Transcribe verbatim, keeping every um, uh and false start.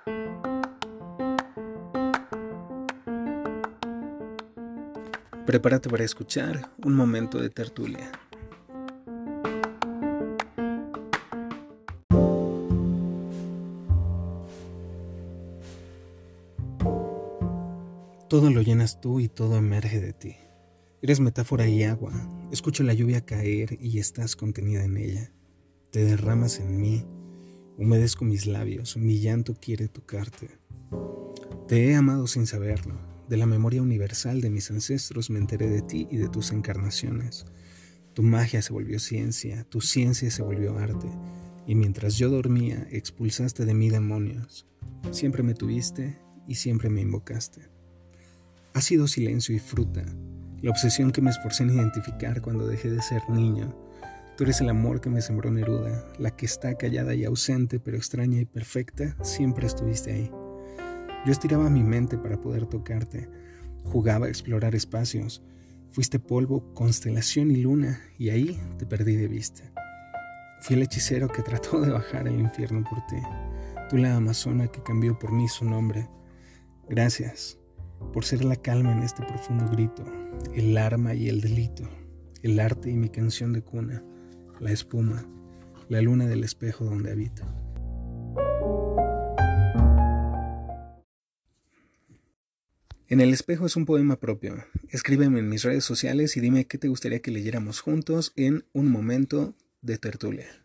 Prepárate para escuchar un momento de tertulia. Todo lo llenas tú y todo emerge de ti. Eres metáfora y agua. Escucho la lluvia caer y estás contenida en ella. Te derramas en mí. Humedezco mis labios. Mi llanto quiere tocarte. Te he amado sin saberlo. De la memoria universal de mis ancestros me enteré de ti y de tus encarnaciones. Tu magia se volvió ciencia. Tu ciencia se volvió arte. Y mientras yo dormía, expulsaste de mí demonios. Siempre me tuviste y siempre me invocaste. Ha sido silencio y fruta, la obsesión que me esforcé en identificar cuando dejé de ser niño. Tú eres el amor que me sembró Neruda, la que está callada y ausente, pero extraña y perfecta, siempre estuviste ahí. Yo estiraba mi mente para poder tocarte, jugaba a explorar espacios. Fuiste polvo, constelación y luna, y ahí te perdí de vista. Fui el hechicero que trató de bajar el infierno por ti. Tú la amazona que cambió por mí su nombre. Gracias por ser la calma en este profundo grito, el arma y el delito, el arte y mi canción de cuna, la espuma, la luna del espejo donde habito. En el espejo es un poema propio. Escríbeme en mis redes sociales y dime qué te gustaría que leyéramos juntos en un momento de tertulia.